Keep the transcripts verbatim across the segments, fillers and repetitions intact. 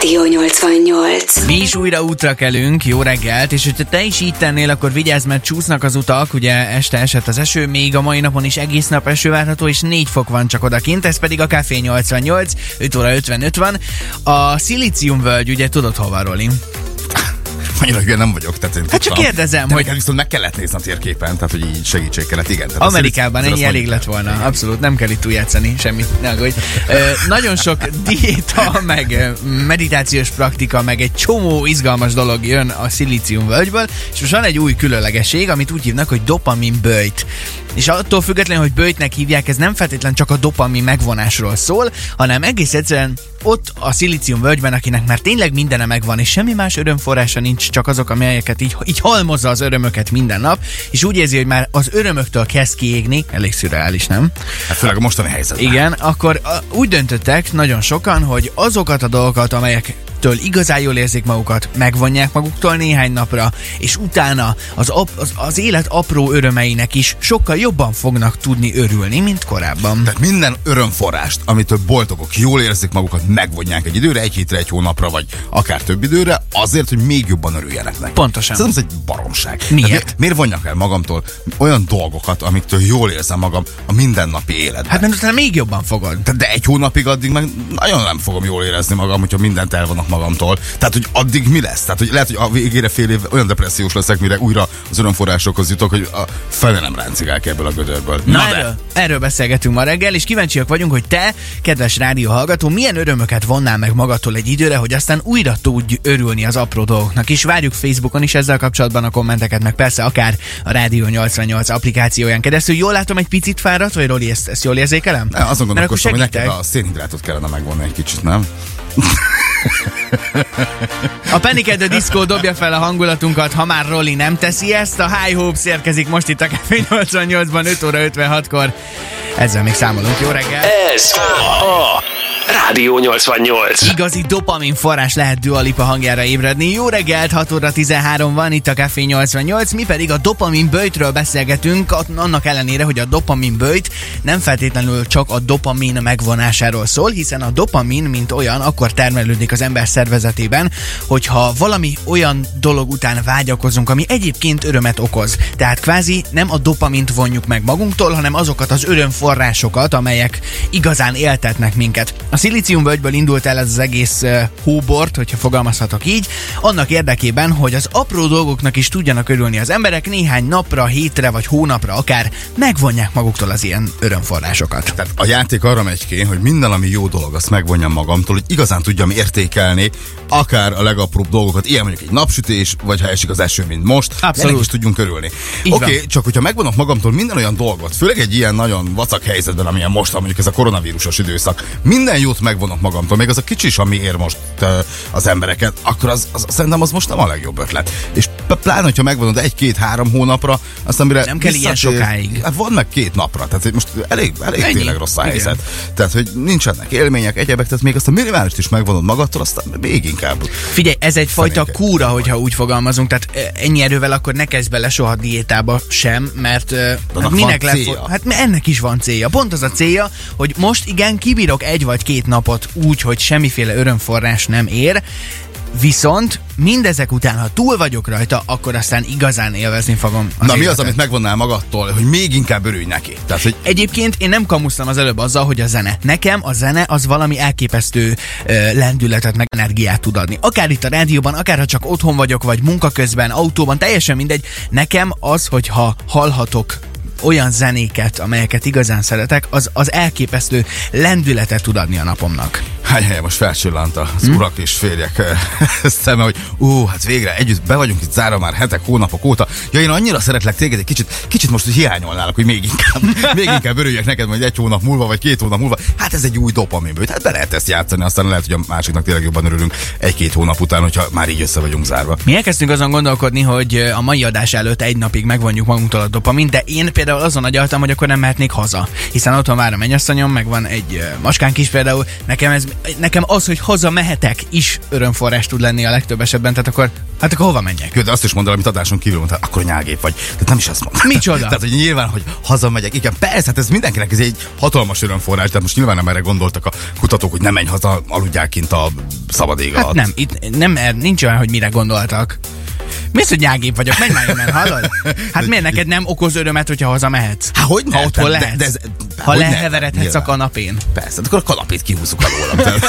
Rádió nyolcvannyolc. Mi is újra útra kelünk, jó reggelt, és hogyha te is így tennél, akkor vigyázz, mert csúsznak az utak, ugye este esett az eső, még a mai napon is egész nap eső várható, és négy fok van csak odakint, ez pedig a Café nyolcvannyolc, öt óra ötvenöt van. A Szilíciumvölgy, ugye tudod hova, Roli? Annyira hülye nem vagyok. Tehát hát csak kérdezem, de hogy... viszont meg kellett nézni a térképen, tehát hogy így segítség kellett, igen. Tehát Amerikában ennyi elég lett volna. Igen. Abszolút, nem kell itt túljátszani semmit. Ne aggódj. Nagyon sok diéta, meg meditációs praktika, meg egy csomó izgalmas dolog jön a Szilíciumvölgyből, és most van egy új különlegesség, amit úgy hívnak, hogy dopamin böjt. És attól függetlenül, hogy böjtnek hívják, ez nem feltétlenül csak a dopamin megvonásról szól, hanem egész egyszerűen ott a Szilíciumvölgyben, akinek már tényleg mindene megvan, és semmi más örömforrása nincs, csak azok, amelyeket így, így halmozza az örömöket minden nap, és úgy érzi, hogy már az örömöktől kezd kiégni, elég szürreális, nem? Hát főleg a mostani helyzetben. Igen, akkor a, úgy döntöttek nagyon sokan, hogy azokat a dolgokat, amelyek től igazán jól érzik magukat, megvonják maguktól néhány napra, és utána az, ap, az, az élet apró örömeinek is sokkal jobban fognak tudni örülni, mint korábban. Tehát minden örömforrást, amitől boldogok, jól érzik magukat, megvonják egy időre, egy hétre, egy hónapra, vagy akár több időre, azért, hogy még jobban örüljenek neki. Pontosan. Szerintem ez egy baromság. Miért? Mi, miért vonjak el magamtól olyan dolgokat, amiktől jól érzem magam a mindennapi életben? Hát mert utána még jobban fogod. De egy hónapig addig meg nagyon nem fogom jól érezni magam, hogyha mindent elvonok magamtól. Tehát, hogy addig mi lesz? Tehát, hogy lehet, hogy a végére fél év olyan depressziós leszek, mire újra az örömforrásokhoz jutok, hogy a fele nem ráncigálok ebből a gödörből. Na, Na erről, erről beszélgetünk ma reggel, és kíváncsiak vagyunk, hogy te, kedves rádióhallgató, milyen örömöket vonnál meg magadtól egy időre, hogy aztán újra tudj örülni az apró dolgoknak. És várjuk Facebookon is ezzel kapcsolatban a kommenteket, meg persze akár a Rádió nyolcvannyolc applikációján keresztül. Jól látom, egy picit fáradt, vagy Roli, ezt, ezt jól érzékelem? Ne, azon gondolkoztam, hogy neked a szénhidrátot kellene megvonni egy kicsit, nem? A Panic at the Disco dobja fel a hangulatunkat, ha már Roli nem teszi ezt. A High Hopes érkezik most itt a Café nyolcvannyolcban öt óra ötvenhatkor. Ezzel még számolunk. Jó reggel! Ez a Rádió nyolcvannyolc. Igazi dopamin forrás lehet Dua Lipa hangjára ébredni. Jó reggelt, hat óra tizenhárom van itt a Café nyolcvannyolc. Mi pedig a dopamin böjtről beszélgetünk, annak ellenére, hogy a dopamin böjt nem feltétlenül csak a dopamin megvonásáról szól, hiszen a dopamin, mint olyan, akkor termelődik az ember szervezetében, hogyha valami olyan dolog után vágyakozunk, ami egyébként örömet okoz. Tehát kvázi nem a dopamint vonjuk meg magunktól, hanem azokat az örömforrásokat, amelyek igazán éltetnek minket. A Szilíciumvölgyből indult el ez az egész uh, hóbort, hogyha fogalmazhatok így, annak érdekében, hogy az apró dolgoknak is tudjanak örülni az emberek, néhány napra, hétre vagy hónapra akár megvonják maguktól az ilyen örömforrásokat. Tehát a játék arra megy ki, hogy minden, ami jó dolog, azt megvonjam magamtól, hogy igazán tudjam értékelni akár a legapróbb dolgokat, ilyen mondjuk egy napsütés, vagy ha esik az eső, mint most, ennek is tudjunk örülni. Oké, okay, csak hogyha megvonok magamtól minden olyan dolgot, főleg egy ilyen nagyon vacak helyzetben, amilyen most, mondjuk ez a koronavírusos időszak, minden jót megvonok magamtól, még az a kicsi is, ami ér most uh, az embereket, akkor az, az, szerintem az most nem a legjobb ötlet. És pláne, hogyha megvonod egy-két-három hónapra, aztán mire nem kell ilyen sokáig. Hát van meg két napra, tehát most elég, elég tényleg rossz a helyzet. Igen. Tehát, hogy nincsenek élmények, egyebek, tehát még azt a minimálist is megvonod magadtól, aztán még inkább. Figyelj, ez egyfajta kúra, hogyha úgy fogalmazunk, tehát ennyi erővel akkor ne kezd bele soha diétába sem, mert hát minek lefo- hát ennek is van célja. Pont az a célja, hogy most igen, kibírok egy vagy két napot úgy, hogy semmiféle örömforrás nem ér, viszont mindezek után, ha túl vagyok rajta, akkor aztán igazán élvezni fogom az Na életet. Mi az, amit megvonnál magadtól, hogy még inkább örülj neki? Tehát, hogy... Egyébként én nem kamusztam az előbb azzal, hogy a zene. Nekem a zene az valami elképesztő ö, lendületet, meg energiát tud adni. Akár itt a rádióban, akár ha csak otthon vagyok, vagy munka közben, autóban, teljesen mindegy. Nekem az, hogyha hallhatok olyan zenéket, amelyeket igazán szeretek, az, az elképesztő lendületet tud adni a napomnak. Hány helye most felcsillant az hmm. urak és férjek szeme, hogy ú, hát végre együtt be vagyunk itt zárva már hetek, hónapok óta. Ja, én annyira szeretlek téged, egy kicsit, kicsit most hiányolnálok, hogy még inkább, még inkább örüljek neked majd egy hónap múlva, vagy két hónap múlva. Hát ez egy új dopaminből. Hát be lehet ezt játszani, aztán lehet, hogy a másiknak tényleg jobban örülünk egy-két hónap után, hogyha már így össze vagyunk zárva. Mi elkezdtünk azon gondolkodni, hogy a mai adás előtt egy napig megvonjuk magunktól a dopamint, de én például azon agyaltam, hogy akkor nem mehetnék haza. Hiszen otthon vár a mennyasszonyom, meg van egy maskánk is például. Nekem, ez, nekem az, hogy haza mehetek is örömforrás tud lenni a legtöbb esetben, tehát akkor, hát akkor hova menjek? Jó, de azt is mondod, amit adáson kívül mondtál, akkor nyálgép vagy. Tehát nem is azt mondom. Micsoda? Tehát, hogy nyilván, hogy hazamegyek. Igen, persze, hát ez mindenkinek ez egy hatalmas örömforrás, tehát most nyilván nem erre gondoltak a kutatók, hogy nem menj haza, aludjál kint a szabad ég hát alatt. nem, itt nem, nincs olyan, hogy mire gondoltak. Mi az, hogy nyágép vagyok? Menj már innen, hallod? Hát miért neked nem okoz örömet, hogyha hazamehetsz? Há, hogy ha otthon lehetsz? De, de ez, ha leheveredhetsz a kanapén. Persze, akkor a kanapét kihúzzuk alólam.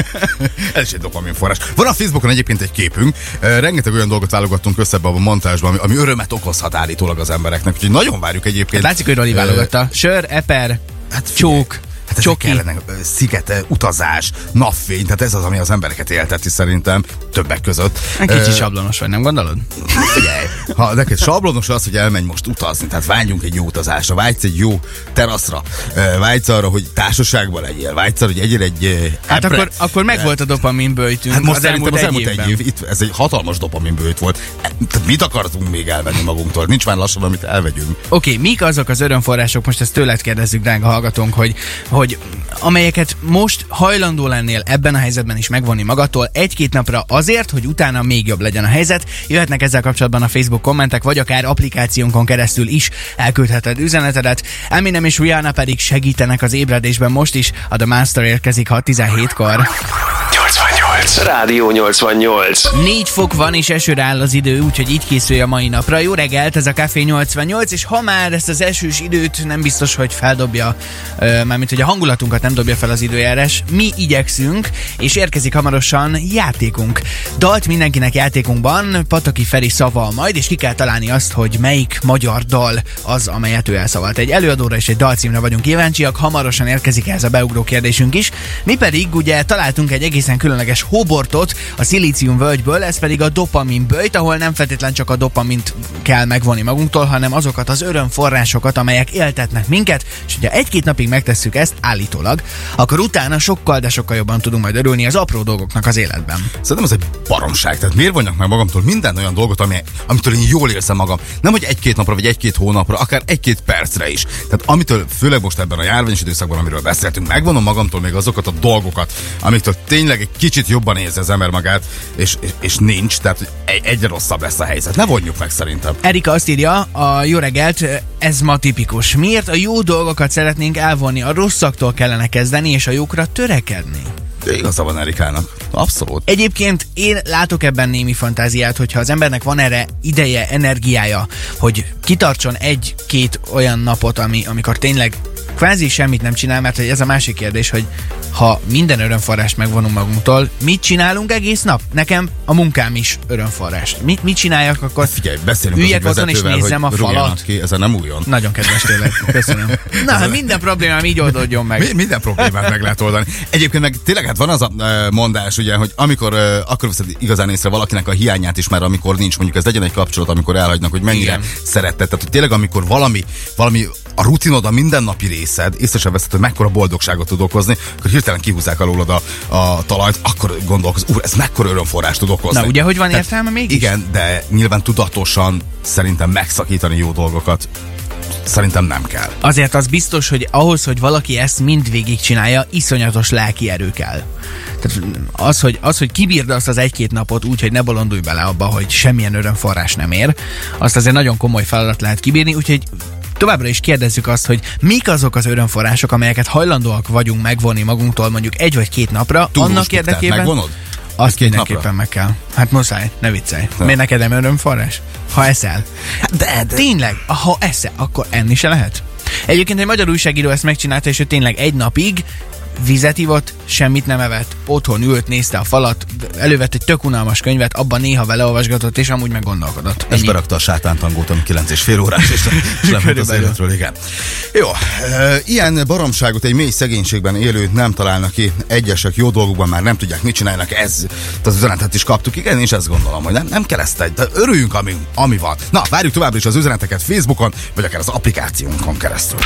Ez is egy dopamin forrás. Van a Facebookon egyébként egy képünk, rengeteg olyan dolgot válogattunk össze ebbe a montázsba, ami, ami örömet okozhat állítólag az embereknek. Úgyhogy nagyon várjuk egyébként. Hát látszik, hogy Roli válogatta. Sör, eper, hát csók. Hát ezek kellenek, sziget, utazás, napfény, tehát ez az, ami az embereket élteti szerintem többek között. Kicsit uh, sablonos vagy, nem gondolod? Figyelj, ha neked sablonos az, hogy elmenj most utazni, tehát vágyjunk egy jó utazásra, vágysz egy jó teraszra, vágysz arra, hogy társaságban legyél, vágysz arra, hogy egyél egy... Hát epre, akkor, akkor megvolt a dopaminbőjtünk. Hát most az elmúlt az elmúlt egy év, itt, ez egy hatalmas dopaminbőjt volt. Tehát mit akartunk még elvenni magunktól? Nincs már lassan, amit elvegyünk. Oké, okay, mik azok az örömforrások, most ezt tőled kérdezzük, drága hallgatónk, hogy hogy amelyeket most hajlandó lennél ebben a helyzetben is megvonni magadtól egy-két napra azért, hogy utána még jobb legyen a helyzet. Jöhetnek ezzel kapcsolatban a Facebook kommentek, vagy akár applikációnkon keresztül is elküldheted üzenetedet. Eminem és Rihanna pedig segítenek az ébredésben most is. A The Master érkezik hat tizenhétkor. nyolcvannyolc. Rádió nyolcvannyolc. négy fok van és esőre áll az idő, úgyhogy így készülj a mai napra. Jó reggelt, ez a Café nyolcvannyolc, és ha már ezt az esős időt nem biztos, hogy feldobja, uh, mármint hogy a hangulatunkat nem dobja fel az időjárás, mi igyekszünk, és érkezik hamarosan játékunk. Dalt mindenkinek játékunkban, Pataki Feri szaval majd, és ki kell találni azt, hogy melyik magyar dal az, amelyet ő elszavalt. Egy előadóra és egy dalcímre vagyunk kíváncsiak, hamarosan érkezik ez a beugró kérdésünk is. Mi pedig ugye találtunk egy egészen különleges hóbortot a Szilícium völgyből, ez pedig a dopamin böjt, ahol nem feltétlen csak a dopamint kell megvonni magunktól, hanem azokat az örömforrásokat, amelyek éltetnek minket, és hogyha egy-két napig megtesszük ezt állítólag, akkor utána sokkal, de sokkal jobban tudunk majd örülni az apró dolgoknak az életben. Szerintem ez egy baromság, tehát miért vonjak meg magamtól minden olyan dolgot, ami, amitől én jól érzem magam, nem hogy egy-két napra, vagy egy-két hónapra, akár egy-két percre is. Tehát amitől, főleg most ebben a járványos időszakban, amiről beszéltünk, megvonom magamtól még azokat a dolgokat, amiktől tényleg egy kicsit jobban érzi az ember magát, és, és, és nincs, tehát egyre rosszabb lesz a helyzet. Ne vonjuk meg szerintem. Erika azt írja, a jó reggelt, ez ma tipikus. Miért a jó dolgokat szeretnénk elvonni, a rosszaktól kellene kezdeni, és a jókra törekedni? Igaza van Erikának. Abszolút. Egyébként én látok ebben némi fantáziát, hogyha az embernek van erre ideje, energiája, hogy kitartson egy-két olyan napot, ami, amikor tényleg kvázi semmit nem csinál, mert ez a másik kérdés, hogy ha minden örömforrást megvonunk magunktól, mit csinálunk egész nap? Nekem a munkám is örömforrás. Mit, mit csináljak akkor? Figyelj, beszélünk üljek otthon és nézzem a falat. Ki, ezen nem újon. Nagyon kedves tényleg. Köszönöm. Na, hát minden problémám így oldódjon meg. Mi, minden problémát meg lehet oldani. Egyébként meg tényleg hát van az a uh, mondás, ugye, hogy amikor uh, akkor veszed igazán észre valakinek a hiányát is, mert amikor nincs, mondjuk ez legyen egy kapcsolat, amikor elhagynak, hogy mennyire igen. szeretted. Tehát, hogy tényleg amikor valami, valami a rutinod, a mindennapi részed, észre sem veszed, hogy mekkora boldogságot tud okozni, akkor hirtelen kihúzzák alólad a, a talajt, akkor gondolkozz, úr, ez mekkora örömforrás tud okozni. Na ugye, hogy van Tehát, értelme mégis? Igen, de nyilván tudatosan szerintem megszakítani jó dolgokat szerintem nem kell. Azért az biztos, hogy ahhoz, hogy valaki ezt mindvégig csinálja, iszonyatos lelki erő kell. Tehát az, hogy, az, hogy kibírd azt az egy-két napot úgy, hogy ne bolondulj bele abba, hogy semmilyen örömforrás nem ér, azt azért nagyon komoly feladat lehet kibírni, úgyhogy továbbra is kérdezzük azt, hogy mik azok az örömforrások, amelyeket hajlandóak vagyunk megvonni magunktól mondjuk egy vagy két napra, Túlóstuk, annak érdekében... Megvonod? Azt mindenképpen meg kell. Hát muszáj, ne viccelj. Ja. Miért neked nem örömforrás? Ha eszel. De, de... Tényleg, ha eszel, akkor enni se lehet. Egyébként egy magyar újságíró ezt megcsinálta, és ő tényleg egy napig vizet ivott, semmit nem evett, otthon ült, nézte a falat, elővett egy tök unalmas könyvet, abban néha vele olvasgatott, és amúgy meg gondolkodott. Ez berakta a sátántangót, ami kilenc és fél órás, és lement az életről, igen. Jó, e, ilyen baromságot egy mély szegénységben élő nem találnak ki, egyesek jó dolgokban már nem tudják, mit csinálnak, ez az üzenetet is kaptuk, igen, és ezt gondolom, hogy nem, nem kell ezt egy, de örüljünk, ami, ami van. Na, várjuk továbbra is az üzeneteket Facebookon, vagy akár az applikációnkon keresztül.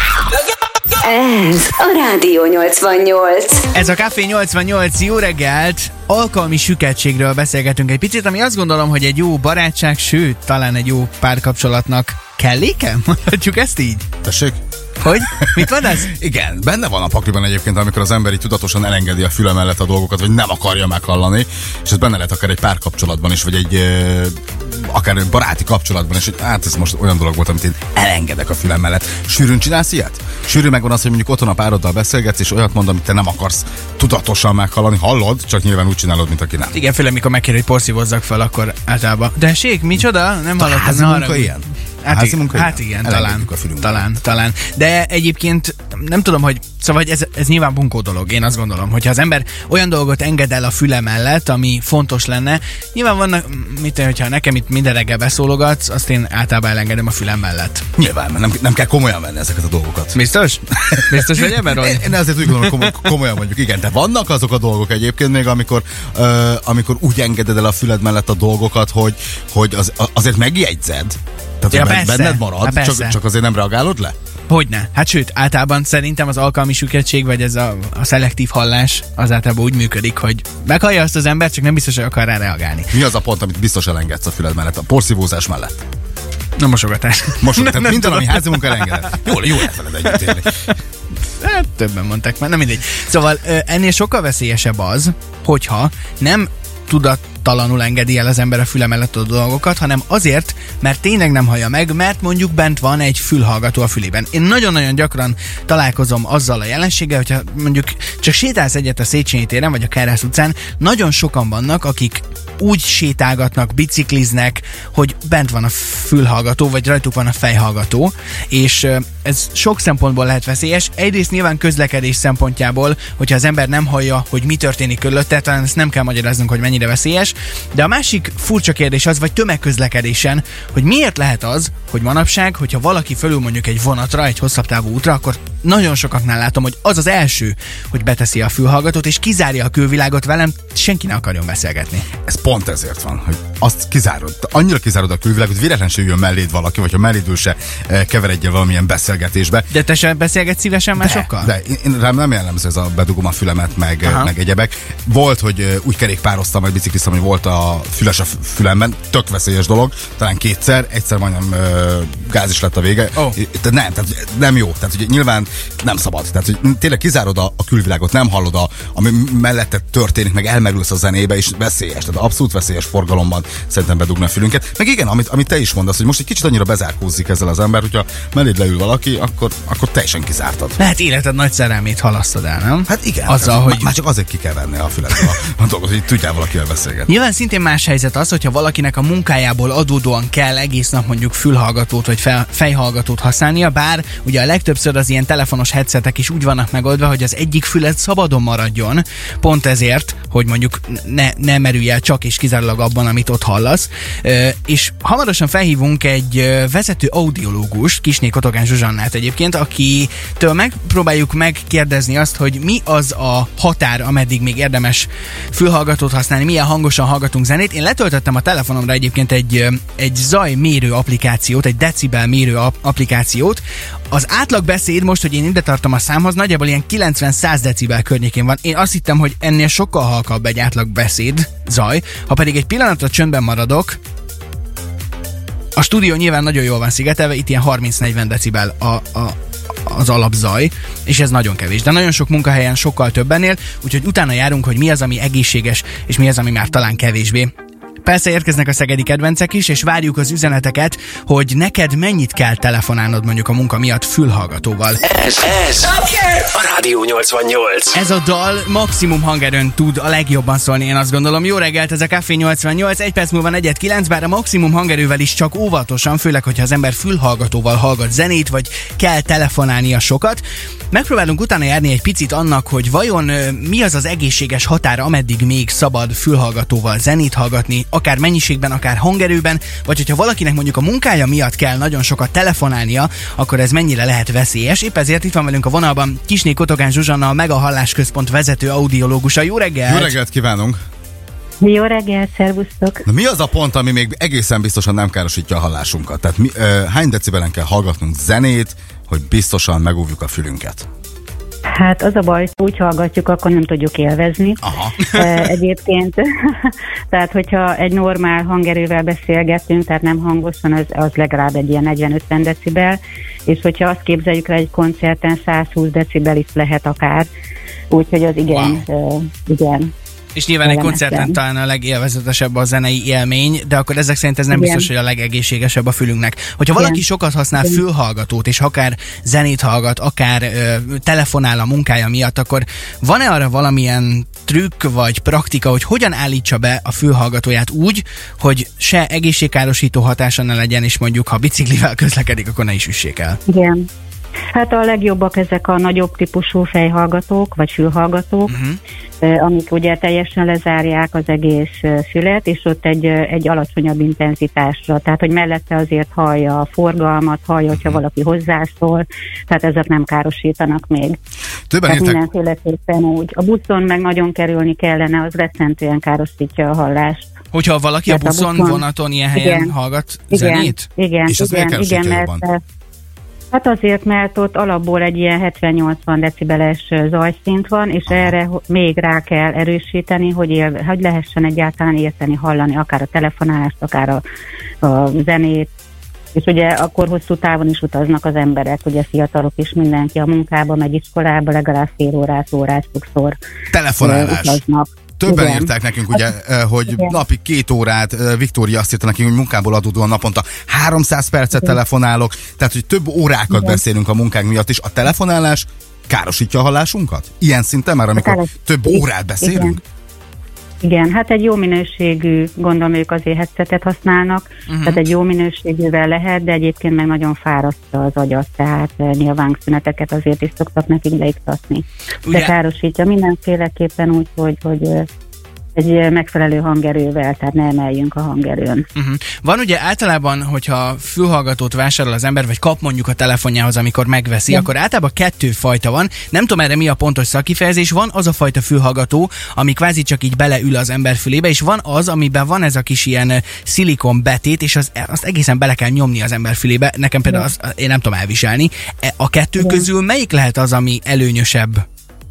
Ez a Rádió nyolcvannyolc. Ez a Café nyolcvannyolc, jó reggelt! Alkalmi süketségről beszélgetünk egy picit, ami azt gondolom, hogy egy jó barátság, sőt, talán egy jó párkapcsolatnak kelléke? Mondhatjuk ezt így? Tessék? Hogy? Mit van ez? Igen, benne van a pakliban egyébként, amikor az ember így tudatosan elengedi a füle mellett a dolgokat, vagy nem akarja meghallani, és ez benne lehet akár egy párkapcsolatban is, vagy egy ö, akár egy baráti kapcsolatban is, hogy hát ez most olyan dolog volt, amit én elengedek a fülem mellett. Sűrűn csinálsz ilyet? Sűrűn megvan az, hogy mondjuk otthon a pároddal beszélgetsz, és olyat mond, amit te nem akarsz tudatosan meghallani. Hallod, csak nyilván úgy csinálod, mint aki nem. Igen, főleg mikor megkér, hogy porszívozzak fel, akkor általában. De ség, micsoda? Nem hallottam. Házi munka ilyen? Hát, Házi igen, munka hát ilyen? igen, talán, talán, talán. De egyébként nem tudom, hogy szóval hogy ez, ez nyilván bunkó dolog, én azt gondolom, hogyha az ember olyan dolgot enged el a füle mellett, ami fontos lenne, nyilván vannak, mit, hogyha nekem itt minden reggel beszólogatsz, azt én általában elengedem a fülem mellett. Nyilván, nem, nem kell komolyan venni ezeket a dolgokat. Biztos? Biztos vagy ebben, Roli? Én azért úgy gondolom, komoly, komolyan mondjuk, igen, de vannak azok a dolgok egyébként még, amikor, uh, amikor úgy engeded el a füled mellett a dolgokat, hogy, hogy az, azért megjegyzed. Tehát, ja, hogy persze, benned marad, hát csak, csak azért nem reagálod le? Hogyne. Hát sőt, általában szerintem az alkalmi süketség, vagy ez a, a szelektív hallás az általában úgy működik, hogy meghallja azt az ember, csak nem biztos, hogy akar rá reagálni. Mi az a pont, amit biztos elengedsz a füled mellett, a porszívózás mellett? Na, mosogatás. Mosogatás. Tehát minden, ami házi munka elengedett. Jól, jól lehet veled együtt élni. Hát többen mondták már, nem mindegy. Szóval ennél sokkal veszélyesebb az, hogyha nem tudattalanul engedi el az ember a füle mellett a dolgokat, hanem azért, mert tényleg nem hallja meg, mert mondjuk bent van egy fülhallgató a fülében. Én nagyon-nagyon gyakran találkozom azzal a jelenséggel, hogyha mondjuk csak sétálsz egyet a Széchenyi téren, vagy a Kárház utcán, nagyon sokan vannak, akik úgy sétálgatnak, bicikliznek, hogy bent van a fülhallgató, vagy rajtuk van a fejhallgató, és ez sok szempontból lehet veszélyes. Egyrészt nyilván közlekedés szempontjából, hogyha az ember nem hallja, hogy mi történik körülötte, talán ezt nem kell magyaráznunk, hogy mennyire veszélyes, de a másik furcsa kérdés az, vagy tömegközlekedésen, hogy miért lehet az, hogy manapság, hogyha valaki fölül mondjuk egy vonatra, egy hosszabb távú útra, akkor nagyon sokaknál látom, hogy az az első, hogy beteszi a fülhallgatót, és kizárja a külvilágot velem, senki ne akarjon beszélgetni. Ez pont ezért van, hogy azt kizárod, annyira kizárod a külvilágot, hogy véletlenül jön melléd valaki, vagy ha mellédül se keveredjél valamilyen beszélgetésbe. De te sem beszélgetsz szívesen másokkal? De, de én, rám nem jellemző ez a bedugom a fülemet, meg, meg egyebek. Volt, hogy úgy kerékpároztam, vagy bicikliztem, hogy volt a füles a fülemben, tök veszélyes dolog, talán kétszer, egyszer majdnem gáz is lett a vége. Oh. De nem, tehát nem jó, tehát hogy nyilván nem szabad. Tehát, hogy tényleg kizárod a, a külvilágot, nem hallod, a, ami mellette történik, meg elmerülsz a zenébe, és veszélyes, tehát abszolút veszélyes forgalomban szerintem bedugni a fülünket. Meg igen, amit, amit te is mondasz, hogy most egy kicsit annyira bezárkózik ezzel az ember, hogyha melléd leül valaki, akkor, akkor teljesen kizártad. Lehet életed nagy szerelmét halasztod el, nem? Hát igen. Azzal, hát, hogy... Már csak azért ki kell venni a füledbe a, a dolgot, hogy tudjál valakivel beszélgetni. Nyilván szintén más helyzet az, hogyha valakinek a munkájából adódóan kell egész nap mondjuk fülhallgatót vagy fel, fejhallgatót használnia, bár ugye a legtöbbször az ilyen telefonos headsetek is úgy vannak megoldva, hogy az egyik füled szabadon maradjon, pont ezért, hogy mondjuk ne, ne merülj el csak és kizárólag abban, amit ott hallasz. E, és hamarosan felhívunk egy vezető audiológust, Kisné Kotogán Zsuzsannát egyébként, akitől megpróbáljuk megkérdezni azt, hogy mi az a határ, ameddig még érdemes fülhallgatót használni, milyen hangosan hallgatunk zenét. Én letöltöttem a telefonomra egyébként egy, egy zajmérő applikációt, egy decibel mérő applikációt. Az átlagbeszéd most, hogy én ide tartom a számhoz, nagyjából ilyen kilencven-száz decibel környékén van. Én azt hittem, hogy ennél sokkal halkabb egy átlagbeszéd zaj. Ha pedig egy pillanatra csöndben maradok, a stúdió nyilván nagyon jól van szigetelve, itt ilyen harminc-negyven decibel a, a, az alapzaj, és ez nagyon kevés. De nagyon sok munkahelyen sokkal több ennél, úgyhogy utána járunk, hogy mi az, ami egészséges, és mi az, ami már talán kevésbé. Persze érkeznek a szegedi kedvencek is, és várjuk az üzeneteket, hogy neked mennyit kell telefonálnod mondjuk a munka miatt fülhallgatóval. Ez, ez a Rádió nyolcvannyolc. Ez a dal maximum hangerőn tud a legjobban szólni, én azt gondolom. Jó reggelt, ez a Café nyolcvannyolc, egy perc múlva negyed kilenc, bár a maximum hangerővel is csak óvatosan, főleg, hogyha az ember fülhallgatóval hallgat zenét, vagy kell telefonálnia sokat. Megpróbálunk utána járni egy picit annak, hogy vajon mi az az egészséges határ, ameddig még szabad fülhallgatóval zenét hallgatni, akár mennyiségben, akár hangerőben, vagy hogyha valakinek mondjuk a munkája miatt kell nagyon sokat telefonálnia, akkor ez mennyire lehet veszélyes. Épp ezért itt van velünk a vonalban Kisné Kotogán Zsuzsanna, a Mega Hallásközpont vezető audiológusa. Jó reggelt! Jó reggelt kívánunk! Jó reggelt, szervusztok! Na, mi az a pont, ami még egészen biztosan nem károsítja a hallásunkat? Tehát mi, ö, hány decibelen kell hallgatnunk zenét, hogy biztosan megóvjuk a fülünket? Hát az a baj, hogy úgy hallgatjuk, akkor nem tudjuk élvezni. Aha. Egyébként, tehát hogyha egy normál hangerővel beszélgetünk, tehát nem hangosan, az, az legalább egy ilyen negyven-ötven decibel, és hogyha azt képzeljük rá, egy koncerten százhúsz decibel is lehet akár, úgyhogy az igen, wow. uh, igen. És nyilván egy koncerten talán a legélvezetesebb a zenei élmény, de akkor ezek szerint ez nem igen. biztos, hogy a legegészségesebb a fülünknek. Hogyha igen. valaki sokat használ igen. fülhallgatót, és akár zenét hallgat, akár ö, telefonál a munkája miatt, akkor van-e arra valamilyen trükk vagy praktika, hogy hogyan állítsa be a fülhallgatóját úgy, hogy se egészségkárosító hatása ne legyen, és mondjuk ha biciklivel közlekedik, akkor ne is üssék el? Igen. Hát a legjobbak ezek a nagyobb típusú fejhallgatók, vagy fülhallgatók, uh-huh. amik ugye teljesen lezárják az egész fület, és ott egy, egy alacsonyabb intenzitásra, tehát hogy mellette azért hallja a forgalmat, hallja, hogyha uh-huh. valaki hozzászól, tehát ezek nem károsítanak még. Többen tehát értek... mindenféleképpen úgy. A buszon meg nagyon kerülni kellene, az rettentően károsítja a hallást. Hogyha valaki tehát a buszon, a buszon, vonaton, ilyen helyen igen. hallgat zenét? Igen, és az igen, igen, mert... Hát azért, mert ott alapból egy ilyen hetven-nyolcvan decibeles zajszint van, és aha. erre még rá kell erősíteni, hogy, él, hogy lehessen egyáltalán érteni, hallani akár a telefonálást, akár a, a zenét. És ugye akkor hosszú távon is utaznak az emberek, ugye fiatalok is, mindenki a munkába megy, iskolába, legalább fél órát, órát sokszor telefonálás. utaznak. Többen igen. írták nekünk, ugye, hogy igen. napi két órát, Viktória azt írta nekünk, hogy munkából adódóan naponta háromszáz percet igen. telefonálok, tehát hogy több órákat igen. beszélünk a munkánk miatt is. A telefonálás károsítja a hallásunkat? Ilyen szinten már, amikor hát, több órát beszélünk? Igen. Igen, hát egy jó minőségű, gondolom ők azért headsetet használnak, uh-huh. tehát egy jó minőségűvel lehet, de egyébként meg nagyon fárasztja az agyat, tehát nyilván szüneteket azért is szoktak nekik beiktatni. De yeah. károsítja mindenféleképpen úgy, hogy, hogy egy megfelelő hangerővel, tehát ne emeljünk a hangerőn. Uh-huh. Van ugye általában, hogyha fülhallgatót vásárol az ember, vagy kap mondjuk a telefonjához, amikor megveszi, ja. akkor általában kettő fajta van. Nem tudom erre mi a pontos szakifejezés. Van az a fajta fülhallgató, ami kvázi csak így beleül az ember fülébe, és van az, amiben van ez a kis ilyen szilikon betét, és az, azt egészen bele kell nyomni az ember fülébe. Nekem például ja. azt én nem tudom elviselni. A kettő ja. közül melyik lehet az, ami előnyösebb?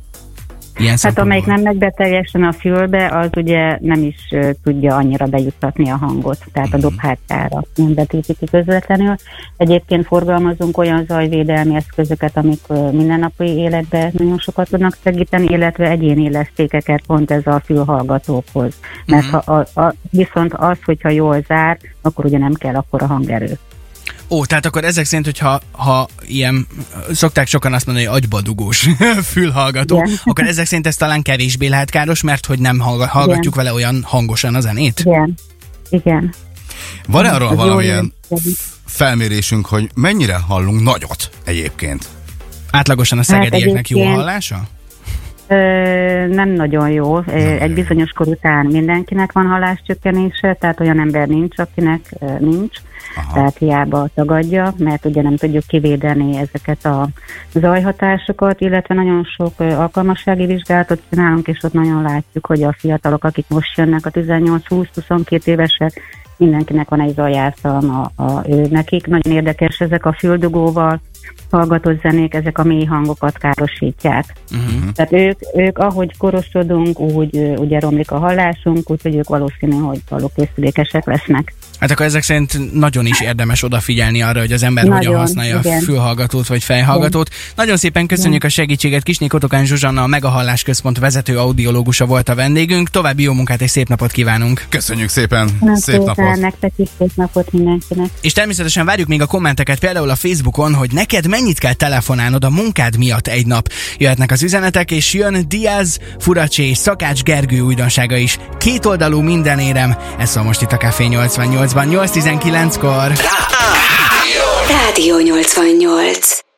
Ilyen hát amelyik nem megy be teljesen a fülbe, az ugye nem is uh, tudja annyira bejuttatni a hangot, tehát uh-huh. a dobhártyára nem betíti ki közvetlenül. Egyébként forgalmazunk olyan zajvédelmi eszközöket, amik uh, mindennapi életben nagyon sokat tudnak segíteni, illetve egyéni lesztékeket pont ez a fülhallgatókhoz. Mert uh-huh. ha a, a, viszont az, hogyha jól zár, akkor ugye nem kell akkora hangerő. Ó, tehát akkor ezek szerint, hogyha ha ilyen, szokták sokan azt mondani, hogy agybadugós fülhallgató, igen. akkor ezek szerint ez talán kevésbé lehet káros, mert hogy nem hallgatjuk igen. vele olyan hangosan a zenét? Igen. Igen. Van-e arról valamilyen felmérésünk, hogy mennyire hallunk nagyot egyébként? Átlagosan a szegedieknek hát jó hallása? Ö, nem nagyon jó. Egy bizonyos kor után mindenkinek van halláscsökkenése, tehát olyan ember nincs, akinek nincs. Aha. Tehát hiába tagadja, mert ugye nem tudjuk kivédeni ezeket a zajhatásokat, illetve nagyon sok alkalmassági vizsgálatot csinálunk, és ott nagyon látjuk, hogy a fiatalok, akik most jönnek, a tizennyolc-húsz-huszonkettő évesek, mindenkinek van egy zajártalma a, a, ő nekik. Nagyon érdekes ezek a füldugóval hallgatott zenék, ezek a mély hangokat károsítják. Uh-huh. Tehát ők, ők, ahogy korosodunk, úgy ugye romlik a hallásunk, úgyhogy ők valószínű, hogy hallókészülékesek lesznek. Hát akkor ezek szerint nagyon is érdemes odafigyelni arra, hogy az ember nagyon, hogyan használja igen. a fülhallgatót vagy fejhallgatót. Igen. Nagyon szépen köszönjük igen. a segítséget. Kisné Kotokán Zsuzsanna, a Megahallás Központ vezető audiológusa volt a vendégünk. További jó munkát és szép napot kívánunk. Köszönjük szépen. Nem szép napot. Nektek is szép napot mindenkinek. És természetesen várjuk még a kommenteket például a Facebookon, hogy neked mennyit kell telefonálnod a munkád miatt egy nap. Jöhetnek az üzenetek, és jön Diaz, Furacsi és Szakács Gergő újdonsága is. Kétoldalú minden érem. Ez szól most itt a Café nyolcvannyolcban nyolc tizenkilenckor. Rádió nyolcvannyolc.